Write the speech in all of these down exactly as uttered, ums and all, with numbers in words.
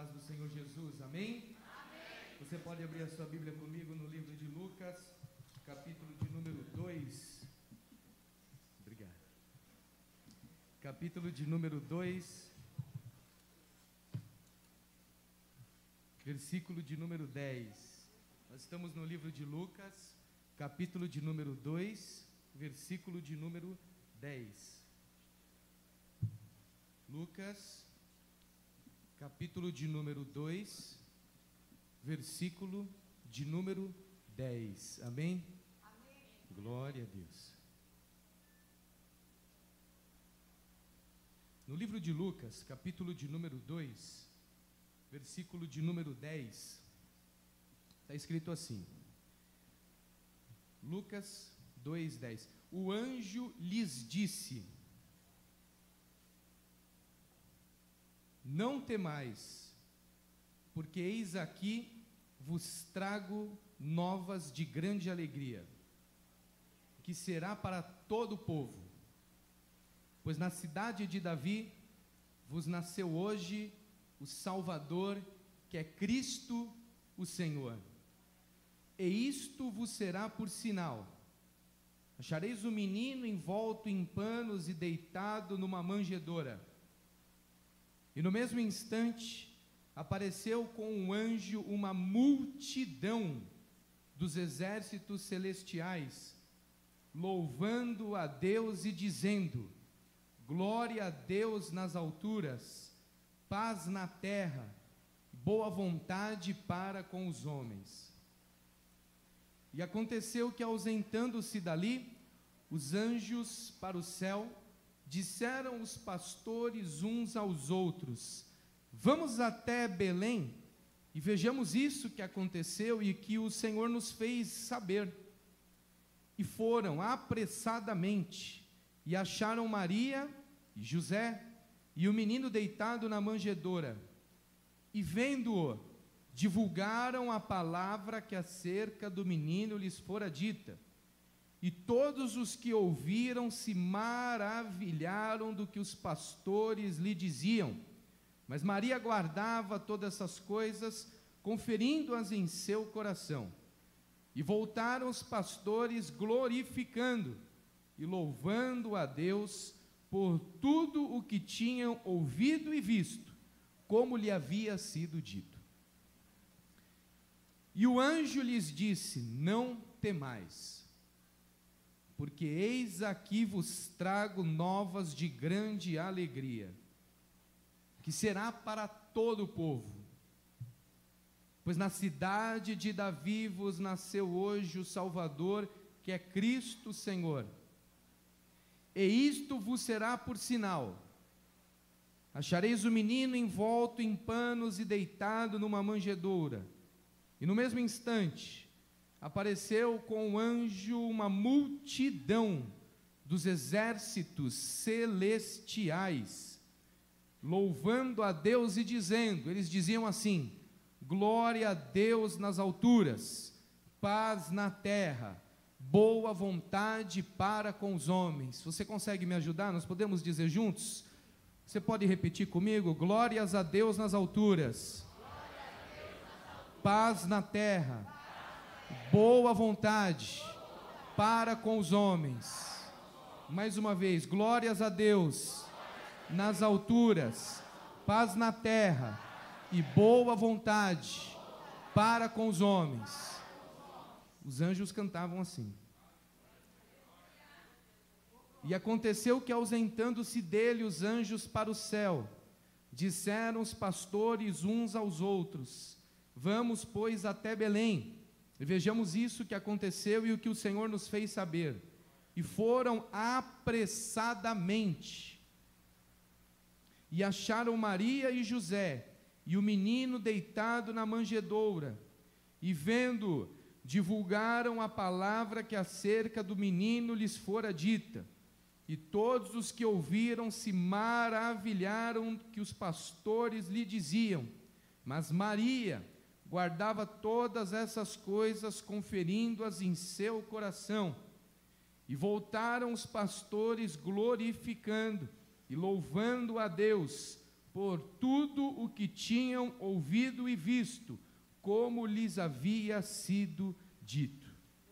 paz do Senhor Jesus, amém? Amém. Você pode abrir a sua Bíblia comigo no livro de Lucas, capítulo de número dois. Obrigado. Capítulo de número dois, versículo de número dez. Nós estamos no livro de Lucas, capítulo de número dois, versículo de número dez. Lucas, capítulo de número dois, versículo de número dez. Amém? Amém. Glória a Deus. No livro de Lucas, capítulo de número dois, versículo de número dez, está escrito assim. Lucas dois, dez. O anjo lhes disse: não temais, porque eis aqui vos trago novas de grande alegria, que será para todo o povo. Pois na cidade de Davi vos nasceu hoje o Salvador, que é Cristo o Senhor. E isto vos será por sinal: achareis o menino envolto em panos e deitado numa manjedoura. E no mesmo instante apareceu com um anjo uma multidão dos exércitos celestiais, louvando a Deus e dizendo: glória a Deus nas alturas, paz na terra, boa vontade para com os homens. E aconteceu que, ausentando-se dali, os anjos para o céu, disseram os pastores uns aos outros: vamos até Belém e vejamos isso que aconteceu e que o Senhor nos fez saber. E foram apressadamente e acharam Maria e José e o menino deitado na manjedoura. E vendo-o, divulgaram a palavra que acerca do menino lhes fora dita. E todos os que ouviram se maravilharam do que os pastores lhe diziam. Mas Maria guardava todas essas coisas, conferindo-as em seu coração. E voltaram os pastores glorificando e louvando a Deus por tudo o que tinham ouvido e visto, como lhe havia sido dito. E o anjo lhes disse: não temais, porque eis aqui vos trago novas de grande alegria, que será para todo o povo. Pois na cidade de Davi vos nasceu hoje o Salvador, que é Cristo Senhor. E isto vos será por sinal: achareis o menino envolto em panos e deitado numa manjedoura. E no mesmo instante apareceu com o anjo uma multidão dos exércitos celestiais, louvando a Deus e dizendo, eles diziam assim: glória a Deus nas alturas, paz na terra, boa vontade para com os homens. Você consegue me ajudar? Nós podemos dizer juntos? Você pode repetir comigo? Glórias a Deus nas alturas, paz na terra, boa vontade para com os homens. Mais uma vez, glórias a Deus nas alturas, paz na terra e boa vontade para com os homens. Os anjos cantavam assim. E aconteceu que, ausentando-se dele os anjos para o céu, disseram os pastores uns aos outros: vamos, pois, até Belém, e vejamos isso que aconteceu e o que o Senhor nos fez saber. E foram apressadamente, e acharam Maria e José, e o menino deitado na manjedoura. E vendo, divulgaram a palavra que acerca do menino lhes fora dita. E todos os que ouviram se maravilharam que os pastores lhe diziam. Mas Maria guardava todas essas coisas, conferindo-as em seu coração. E voltaram os pastores glorificando e louvando a Deus por tudo o que tinham ouvido e visto, como lhes havia sido dito.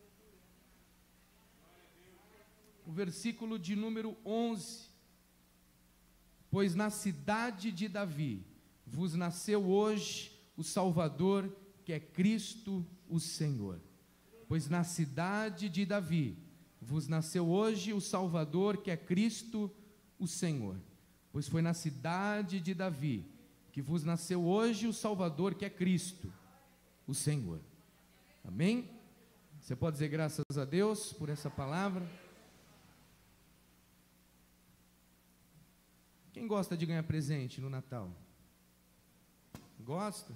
O versículo de número onze: pois na cidade de Davi vos nasceu hoje o Salvador, que é Cristo o Senhor. Pois na cidade de Davi vos nasceu hoje o Salvador, que é Cristo o Senhor. Pois foi na cidade de Davi que vos nasceu hoje o Salvador, que é Cristo o Senhor. Amém? Você pode dizer graças a Deus por essa palavra? Quem gosta de ganhar presente no Natal? Gosta?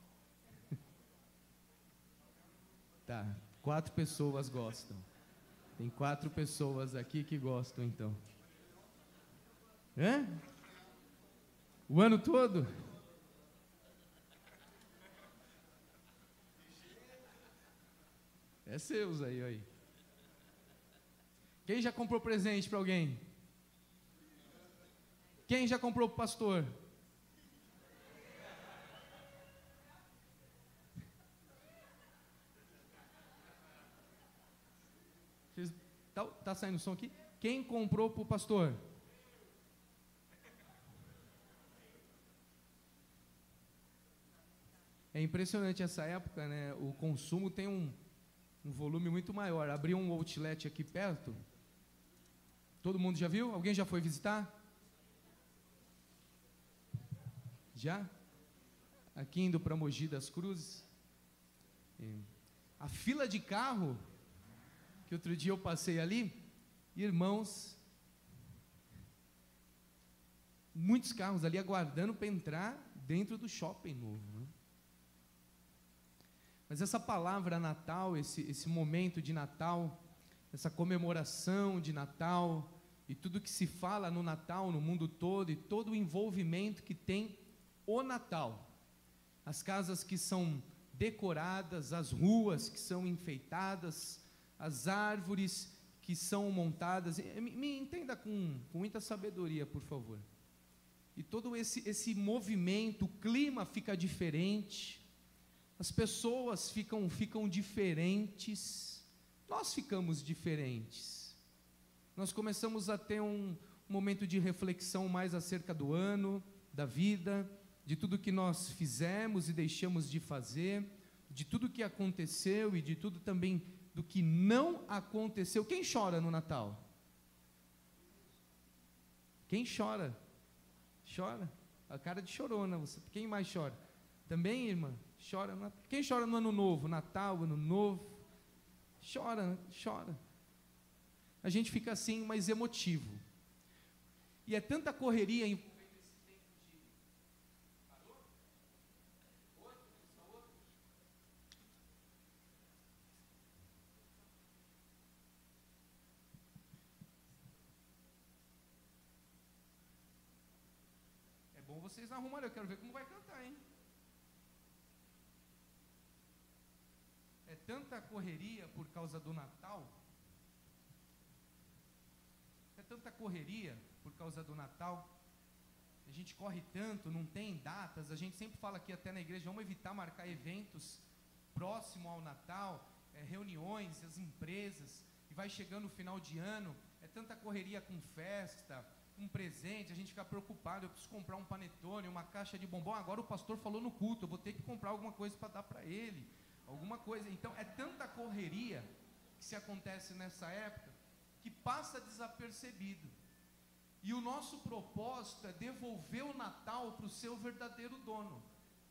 Tá, quatro pessoas gostam. Tem quatro pessoas aqui que gostam, então. Hã? O ano todo? É seus aí, aí. Quem já comprou presente para alguém? Quem já comprou para o pastor? Está tá saindo o som aqui? Quem comprou para o pastor? É impressionante essa época, né? O consumo tem um, um volume muito maior. Abriu um outlet aqui perto. Todo mundo já viu? Alguém já foi visitar? Já? Aqui indo para Mogi das Cruzes. É. A fila de carro, que outro dia eu passei ali, irmãos, muitos carros ali aguardando para entrar dentro do shopping novo, né? Mas essa palavra Natal, esse, esse momento de Natal, essa comemoração de Natal, e tudo que se fala no Natal, no mundo todo, e todo o envolvimento que tem o Natal, as casas que são decoradas, as ruas que são enfeitadas, as árvores que são montadas, me, me entenda com, com muita sabedoria, por favor, e todo esse, esse movimento, o clima fica diferente, as pessoas ficam, ficam diferentes, nós ficamos diferentes, nós começamos a ter um momento de reflexão mais acerca do ano, da vida, de tudo que nós fizemos e deixamos de fazer, de tudo que aconteceu e de tudo também do que não aconteceu. Quem chora no Natal? Quem chora? Chora, a cara de chorona, você, quem mais chora? Também, irmã? Chora. No, quem chora no Ano Novo? Natal, Ano Novo? Chora, chora. A gente fica assim, mais emotivo. E é tanta correria em bom vocês arrumarem, eu quero ver como vai cantar, hein? É tanta correria por causa do Natal, é tanta correria por causa do Natal, a gente corre tanto, não tem datas, a gente sempre fala aqui até na igreja, vamos evitar marcar eventos próximo ao Natal, é, reuniões, as empresas, e vai chegando o final de ano, é tanta correria com festa, um presente, a gente fica preocupado, eu preciso comprar um panetone, uma caixa de bombom, agora o pastor falou no culto, eu vou ter que comprar alguma coisa para dar para ele, alguma coisa, então é tanta correria que se acontece nessa época, que passa desapercebido, e o nosso propósito é devolver o Natal para o seu verdadeiro dono,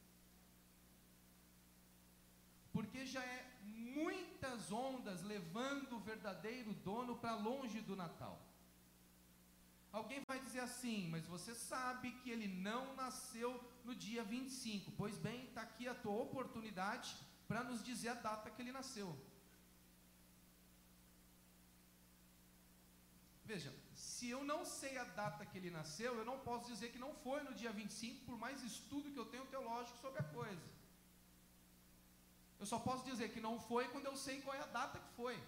porque já é muitas ondas levando o verdadeiro dono para longe do Natal. Alguém vai dizer assim, mas você sabe que ele não nasceu no dia vinte e cinco. Pois bem, está aqui a tua oportunidade para nos dizer a data que ele nasceu. Veja, se eu não sei a data que ele nasceu, eu não posso dizer que não foi no dia vinte e cinco, por mais estudo que eu tenho teológico sobre a coisa. Eu só posso dizer que não foi quando eu sei qual é a data que foi.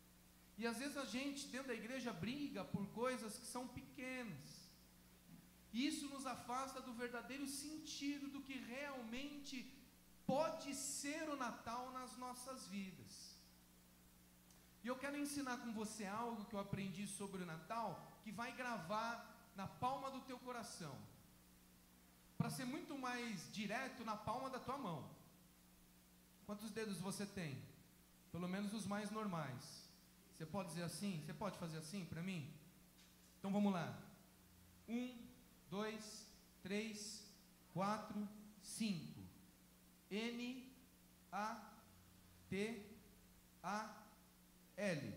E às vezes a gente dentro da igreja briga por coisas que são pequenas. Isso nos afasta do verdadeiro sentido do que realmente pode ser o Natal nas nossas vidas. E eu quero ensinar com você algo que eu aprendi sobre o Natal, que vai gravar na palma do teu coração, para ser muito mais direto, na palma da tua mão. Quantos dedos você tem? Pelo menos os mais normais. Você pode dizer assim? Você pode fazer assim para mim? Então vamos lá. Um, dois, três, quatro, cinco. N, A, T, A, L.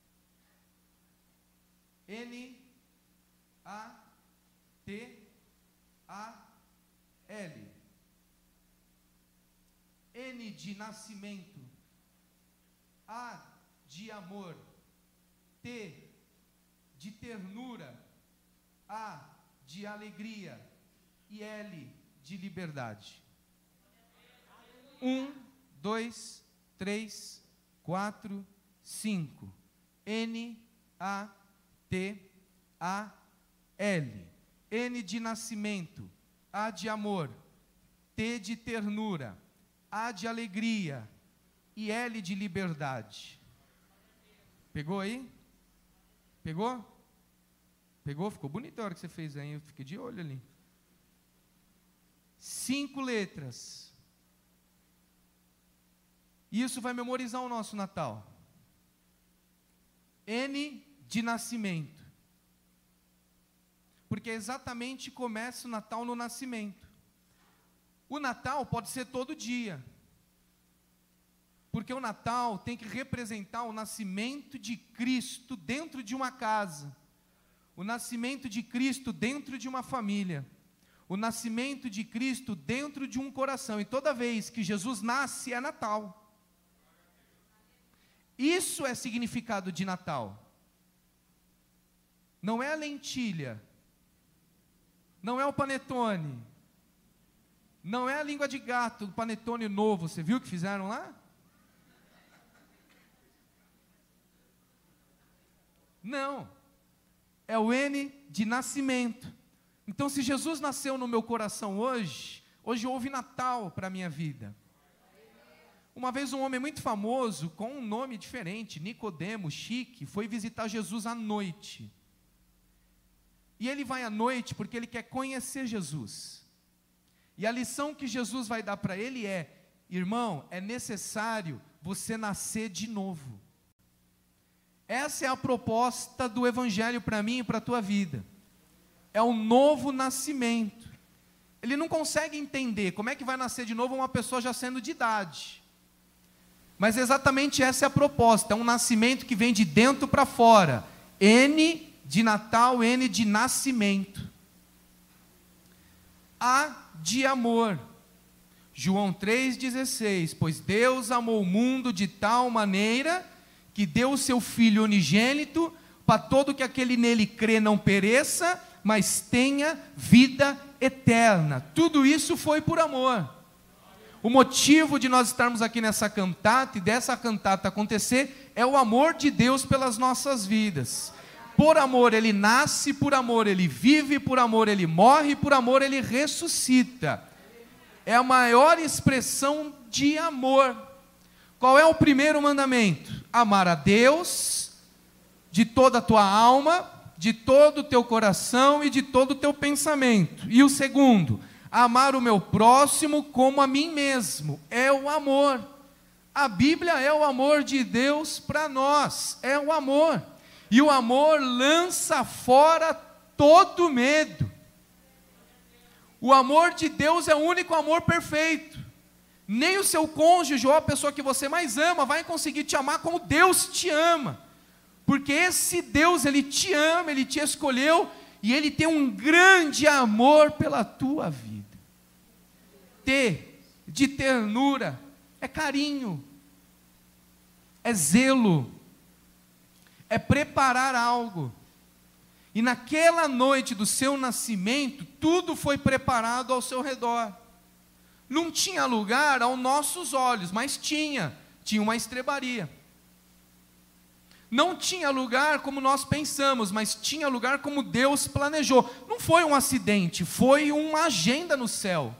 N, A, T, A, L. N de nascimento, A de amor, T de ternura, A de alegria e L de liberdade. Um, dois, três, quatro, cinco. N, A, T, A, L. N de nascimento, A de amor, T de ternura, A de alegria e L de liberdade. Pegou aí? Pegou? Pegou? Ficou bonito a hora que você fez aí, eu fiquei de olho ali. Cinco letras. Isso vai memorizar o nosso Natal. N de nascimento. Porque exatamente começa o Natal no nascimento. O Natal pode ser todo dia. Porque o Natal tem que representar o nascimento de Cristo dentro de uma casa. O nascimento de Cristo dentro de uma família. O nascimento de Cristo dentro de um coração. E toda vez que Jesus nasce é Natal. Isso é significado de Natal. Não é a lentilha. Não é o panetone. Não é a língua de gato, o panetone novo. Você viu o que fizeram lá? Não. É o N de nascimento. Então, se Jesus nasceu no meu coração hoje, hoje houve Natal para a minha vida. Uma vez um homem muito famoso, com um nome diferente, Nicodemo, chique, foi visitar Jesus à noite. E ele vai à noite porque ele quer conhecer Jesus. E a lição que Jesus vai dar para ele é: irmão, é necessário você nascer de novo. Essa é a proposta do Evangelho para mim e para a tua vida. É um novo nascimento. Ele não consegue entender como é que vai nascer de novo uma pessoa já sendo de idade. Mas exatamente essa é a proposta. É um nascimento que vem de dentro para fora. N de Natal, N de nascimento. A de amor. João três dezesseis. Pois Deus amou o mundo de tal maneira que deu o seu Filho unigênito, para todo que aquele nele crê não pereça, mas tenha vida eterna. Tudo isso foi por amor. O motivo de nós estarmos aqui nessa cantata, e dessa cantata acontecer, é o amor de Deus pelas nossas vidas. Por amor ele nasce, por amor ele vive, por amor ele morre, por amor ele ressuscita. É a maior expressão de amor. Qual é o primeiro mandamento? Amar a Deus de toda a tua alma, de todo o teu coração e de todo o teu pensamento. E o segundo, amar o meu próximo como a mim mesmo. É o amor. A Bíblia é o amor de Deus para nós. É o amor. E o amor lança fora todo medo. O amor de Deus é o único amor perfeito. Nem o seu cônjuge ou a pessoa que você mais ama vai conseguir te amar como Deus te ama. Porque esse Deus, Ele te ama, Ele te escolheu e Ele tem um grande amor pela tua vida. T de ternura, é carinho, é zelo, é preparar algo. E naquela noite do seu nascimento, tudo foi preparado ao seu redor. Não tinha lugar aos nossos olhos, mas tinha, tinha uma estrebaria. Não tinha lugar como nós pensamos, mas tinha lugar como Deus planejou. Não foi um acidente, foi uma agenda no céu.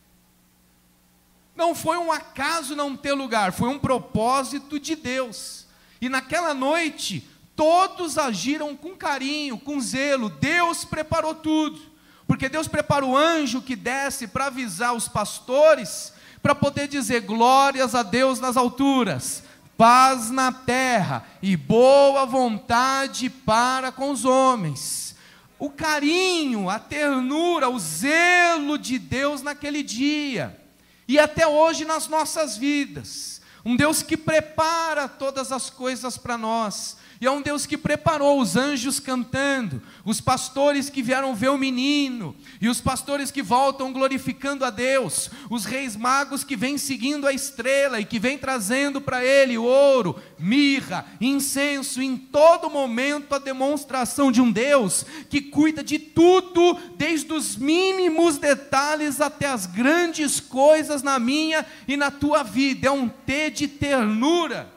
Não foi um acaso não ter lugar, foi um propósito de Deus. E naquela noite, todos agiram com carinho, com zelo. Deus preparou tudo. Porque Deus prepara o anjo que desce para avisar os pastores, para poder dizer glórias a Deus nas alturas, paz na terra e boa vontade para com os homens. O carinho, a ternura, o zelo de Deus naquele dia, e até hoje nas nossas vidas. Um Deus que prepara todas as coisas para nós. E é um Deus que preparou os anjos cantando, os pastores que vieram ver o menino, e os pastores que voltam glorificando a Deus, os reis magos que vêm seguindo a estrela e que vêm trazendo para ele ouro, mirra, incenso, em todo momento a demonstração de um Deus que cuida de tudo, desde os mínimos detalhes até as grandes coisas na minha e na tua vida. É um T de ternura.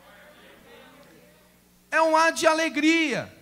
É um ar de alegria,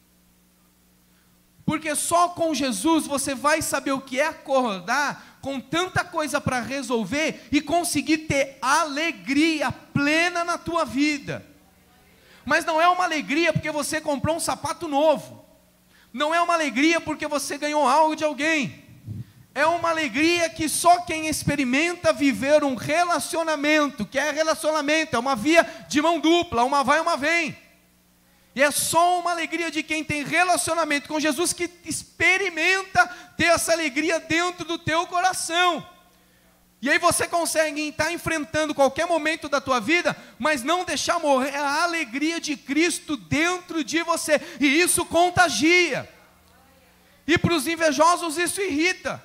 porque só com Jesus você vai saber o que é acordar com tanta coisa para resolver e conseguir ter alegria plena na tua vida. Mas não é uma alegria porque você comprou um sapato novo, não é uma alegria porque você ganhou algo de alguém, é uma alegria que só quem experimenta viver um relacionamento, que é relacionamento, é uma via de mão dupla, uma vai, uma vem. E é só uma alegria de quem tem relacionamento com Jesus que experimenta ter essa alegria dentro do teu coração. E aí você consegue estar enfrentando qualquer momento da tua vida, mas não deixar morrer a alegria de Cristo dentro de você. E isso contagia. E para os invejosos isso irrita.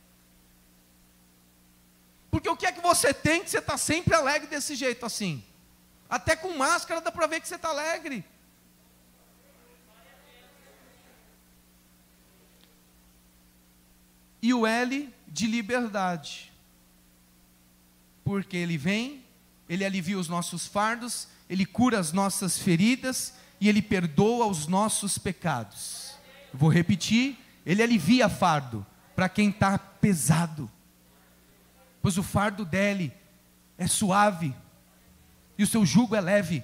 Porque o que é que você tem que você está sempre alegre desse jeito assim? Até com máscara dá para ver que você está alegre. E o L de liberdade, porque Ele vem, Ele alivia os nossos fardos, Ele cura as nossas feridas e Ele perdoa os nossos pecados. Vou repetir, Ele alivia fardo para quem está pesado, pois o fardo dele é suave e o seu jugo é leve.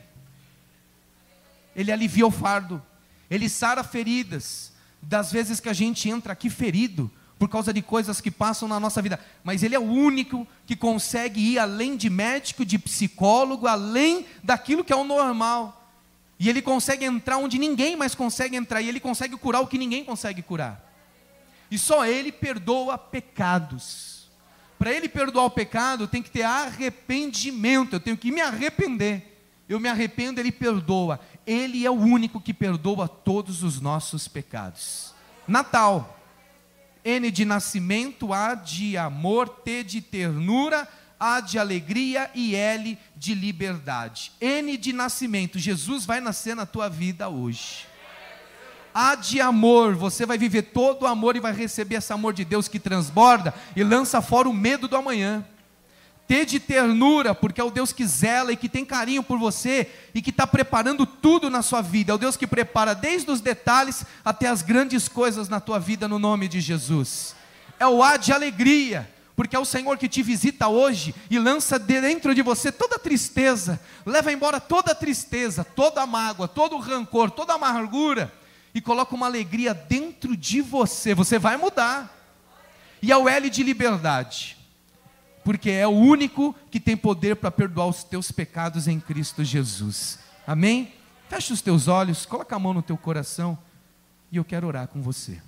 Ele alivia o fardo, Ele sara feridas, das vezes que a gente entra aqui ferido, por causa de coisas que passam na nossa vida, mas Ele é o único que consegue ir além de médico, de psicólogo, além daquilo que é o normal, e Ele consegue entrar onde ninguém mais consegue entrar, e Ele consegue curar o que ninguém consegue curar, e só Ele perdoa pecados. Para Ele perdoar o pecado, tem que ter arrependimento, eu tenho que me arrepender, eu me arrependo, Ele perdoa, Ele é o único que perdoa todos os nossos pecados. Natal, N de nascimento, A de amor, T de ternura, A de alegria e L de liberdade. N de nascimento, Jesus vai nascer na tua vida hoje. A de amor, você vai viver todo o amor e vai receber esse amor de Deus que transborda e lança fora o medo do amanhã. T de ternura, porque é o Deus que zela e que tem carinho por você e que está preparando tudo na sua vida. É o Deus que prepara desde os detalhes até as grandes coisas na tua vida, no nome de Jesus. É o A de alegria, porque é o Senhor que te visita hoje e lança dentro de você toda a tristeza, leva embora toda a tristeza, toda a mágoa, todo o rancor, toda a amargura e coloca uma alegria dentro de você. Você vai mudar. E é o L de liberdade, porque é o único que tem poder para perdoar os teus pecados em Cristo Jesus. Amém? Fecha os teus olhos, coloca a mão no teu coração e eu quero orar com você.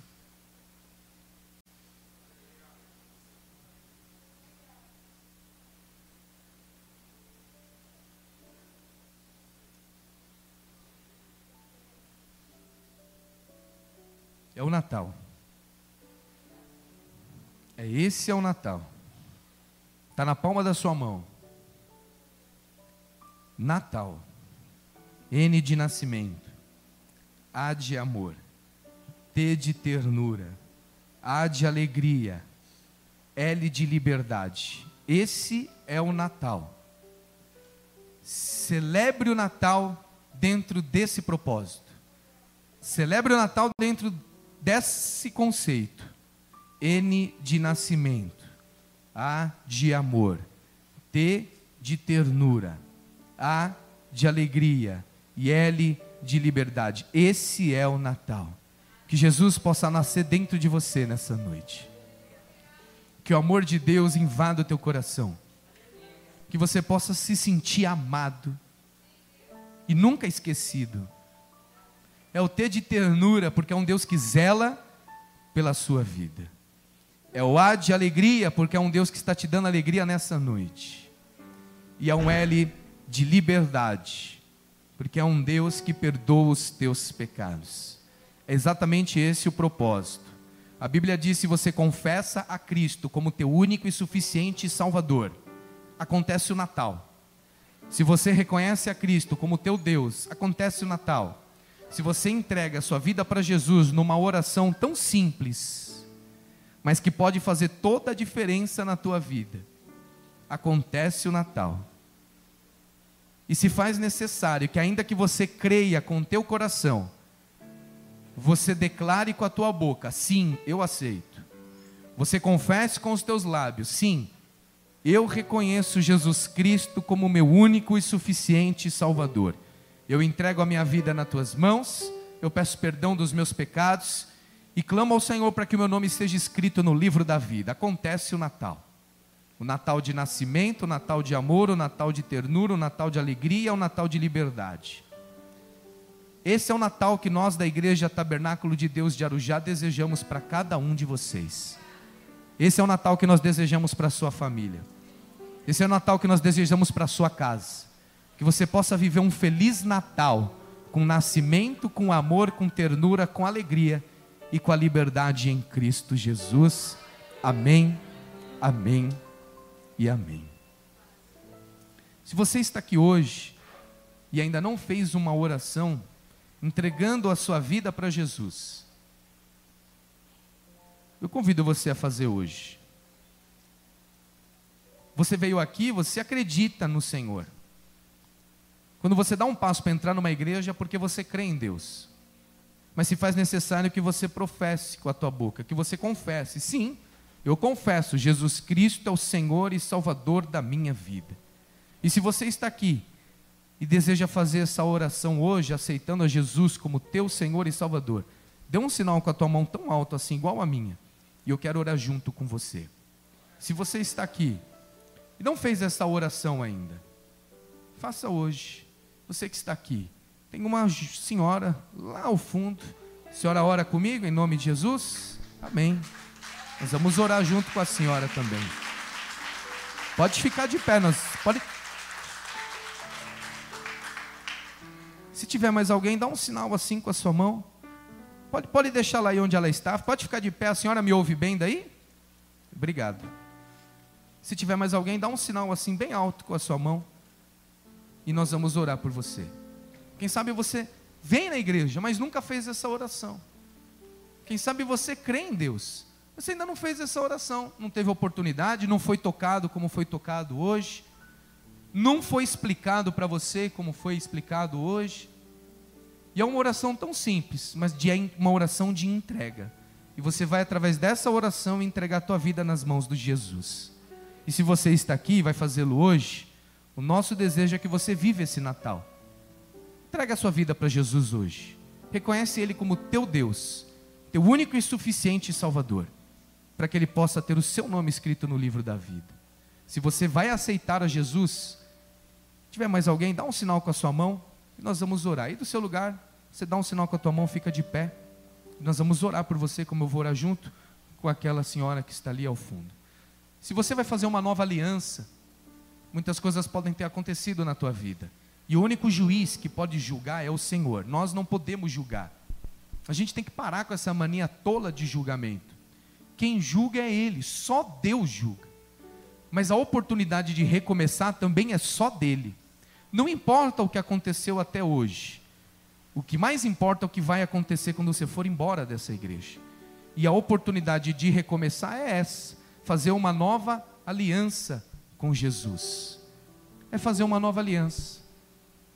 É o Natal. É esse é o Natal. Está na palma da sua mão. Natal. N de nascimento. A de amor. T de ternura. A de alegria. L de liberdade. Esse é o Natal. Celebre o Natal dentro desse propósito. Celebre o Natal dentro desse conceito. N de nascimento, A de amor, T de ternura, A de alegria e L de liberdade. Esse é o Natal. Que Jesus possa nascer dentro de você nessa noite. Que o amor de Deus invada o teu coração. Que você possa se sentir amado e nunca esquecido. É o T de ternura, porque é um Deus que zela pela sua vida. É o A de alegria, porque é um Deus que está te dando alegria nessa noite. E é um L de liberdade, porque é um Deus que perdoa os teus pecados. É exatamente esse o propósito. A Bíblia diz: se você confessa a Cristo como teu único e suficiente Salvador, acontece o Natal. Se você reconhece a Cristo como teu Deus, acontece o Natal. Se você entrega a sua vida para Jesus numa oração tão simples, mas que pode fazer toda a diferença na tua vida, acontece o Natal. E se faz necessário que, ainda que você creia com o teu coração, você declare com a tua boca: sim, eu aceito. Você confesse com os teus lábios: sim, eu reconheço Jesus Cristo como meu único e suficiente Salvador. Eu entrego a minha vida nas tuas mãos, eu peço perdão dos meus pecados e clamo ao Senhor para que o meu nome esteja escrito no livro da vida. Acontece o Natal. O Natal de nascimento, o Natal de amor, o Natal de ternura, o Natal de alegria, o Natal de liberdade. Esse é o Natal que nós da Igreja Tabernáculo de Deus de Arujá desejamos para cada um de vocês. Esse é o Natal que nós desejamos para a sua família. Esse é o Natal que nós desejamos para a sua casa. Que você possa viver um feliz Natal, com nascimento, com amor, com ternura, com alegria e com a liberdade em Cristo Jesus. Amém, amém e amém. Se você está aqui hoje e ainda não fez uma oração entregando a sua vida para Jesus, eu convido você a fazer hoje. Você veio aqui, você acredita no Senhor. Quando você dá um passo para entrar numa igreja, é porque você crê em Deus. Mas se faz necessário que você professe com a tua boca, que você confesse: sim, eu confesso, Jesus Cristo é o Senhor e Salvador da minha vida. E se você está aqui e deseja fazer essa oração hoje, aceitando a Jesus como teu Senhor e Salvador, dê um sinal com a tua mão tão alto assim, igual a minha, e eu quero orar junto com você. Se você está aqui e não fez essa oração ainda, faça hoje. Você que está aqui, tem uma senhora lá ao fundo. A senhora ora comigo em nome de Jesus? Amém. Nós vamos orar junto com a senhora também. Pode ficar de pé, nós pode. Se tiver mais alguém, dá um sinal assim com a sua mão. Pode, pode deixar lá aí onde ela está. Pode ficar de pé. A senhora me ouve bem daí? Obrigado. Se tiver mais alguém, dá um sinal assim bem alto com a sua mão. E nós vamos orar por você. Quem sabe você vem na igreja, mas nunca fez essa oração. Quem sabe você crê em Deus, você ainda não fez essa oração, não teve oportunidade, não foi tocado como foi tocado hoje, não foi explicado para você como foi explicado hoje. E é uma oração tão simples, mas de uma oração de entrega. E você vai, através dessa oração, entregar a tua vida nas mãos de Jesus. E se você está aqui e vai fazê-lo hoje, o nosso desejo é que você viva esse Natal. Entrega a sua vida para Jesus hoje. Reconhece Ele como teu Deus, teu único e suficiente Salvador, para que Ele possa ter o seu nome escrito no livro da vida. Se você vai aceitar a Jesus, se tiver mais alguém, dá um sinal com a sua mão e nós vamos orar. Aí do seu lugar, você dá um sinal com a tua mão, fica de pé. E nós vamos orar por você, como eu vou orar junto com aquela senhora que está ali ao fundo. Se você vai fazer uma nova aliança, muitas coisas podem ter acontecido na tua vida. E o único juiz que pode julgar é o Senhor. Nós não podemos julgar. A gente tem que parar com essa mania tola de julgamento. Quem julga é Ele, só Deus julga. Mas a oportunidade de recomeçar também é só dele. Não importa o que aconteceu até hoje. O que mais importa é o que vai acontecer quando você for embora dessa igreja. E a oportunidade de recomeçar é essa. Fazer uma nova aliança com Jesus. É fazer uma nova aliança.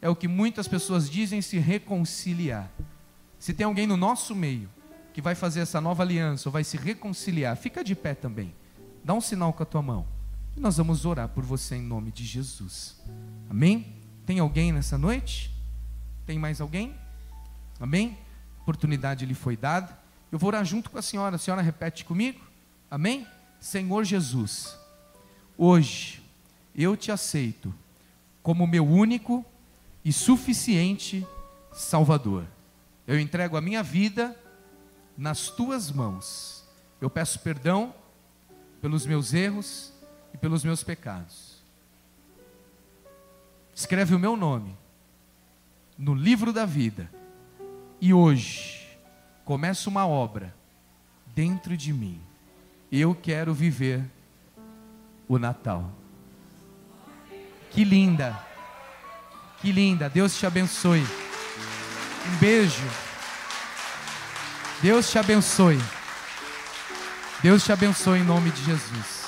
é o que muitas pessoas dizem se reconciliar. Se tem alguém no nosso meio que vai fazer essa nova aliança, ou vai se reconciliar, fica de pé também. Dá um sinal com a tua mão. E nós vamos orar por você em nome de Jesus. Amém? Tem alguém nessa noite? Tem mais alguém? Amém? Oportunidade lhe foi dada. Eu vou orar junto com a senhora. A senhora repete comigo? Amém? Senhor Jesus, hoje eu te aceito como meu único e suficiente Salvador. Eu entrego a minha vida nas tuas mãos. Eu peço perdão pelos meus erros e pelos meus pecados. Escreve o meu nome no livro da vida. E hoje começa uma obra dentro de mim. Eu quero viver o Natal. Que linda, que linda. Deus te abençoe. Um beijo. Deus te abençoe. Deus te abençoe em nome de Jesus.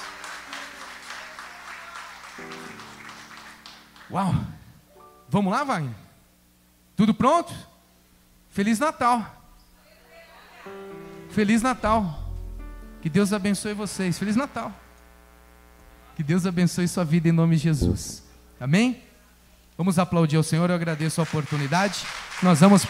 Uau! Vamos lá, Wagner? Tudo pronto? Feliz Natal. Feliz Natal. Que Deus abençoe vocês. Feliz Natal. Que Deus abençoe sua vida em nome de Jesus. Amém? Vamos aplaudir ao Senhor. Eu agradeço a oportunidade. Nós vamos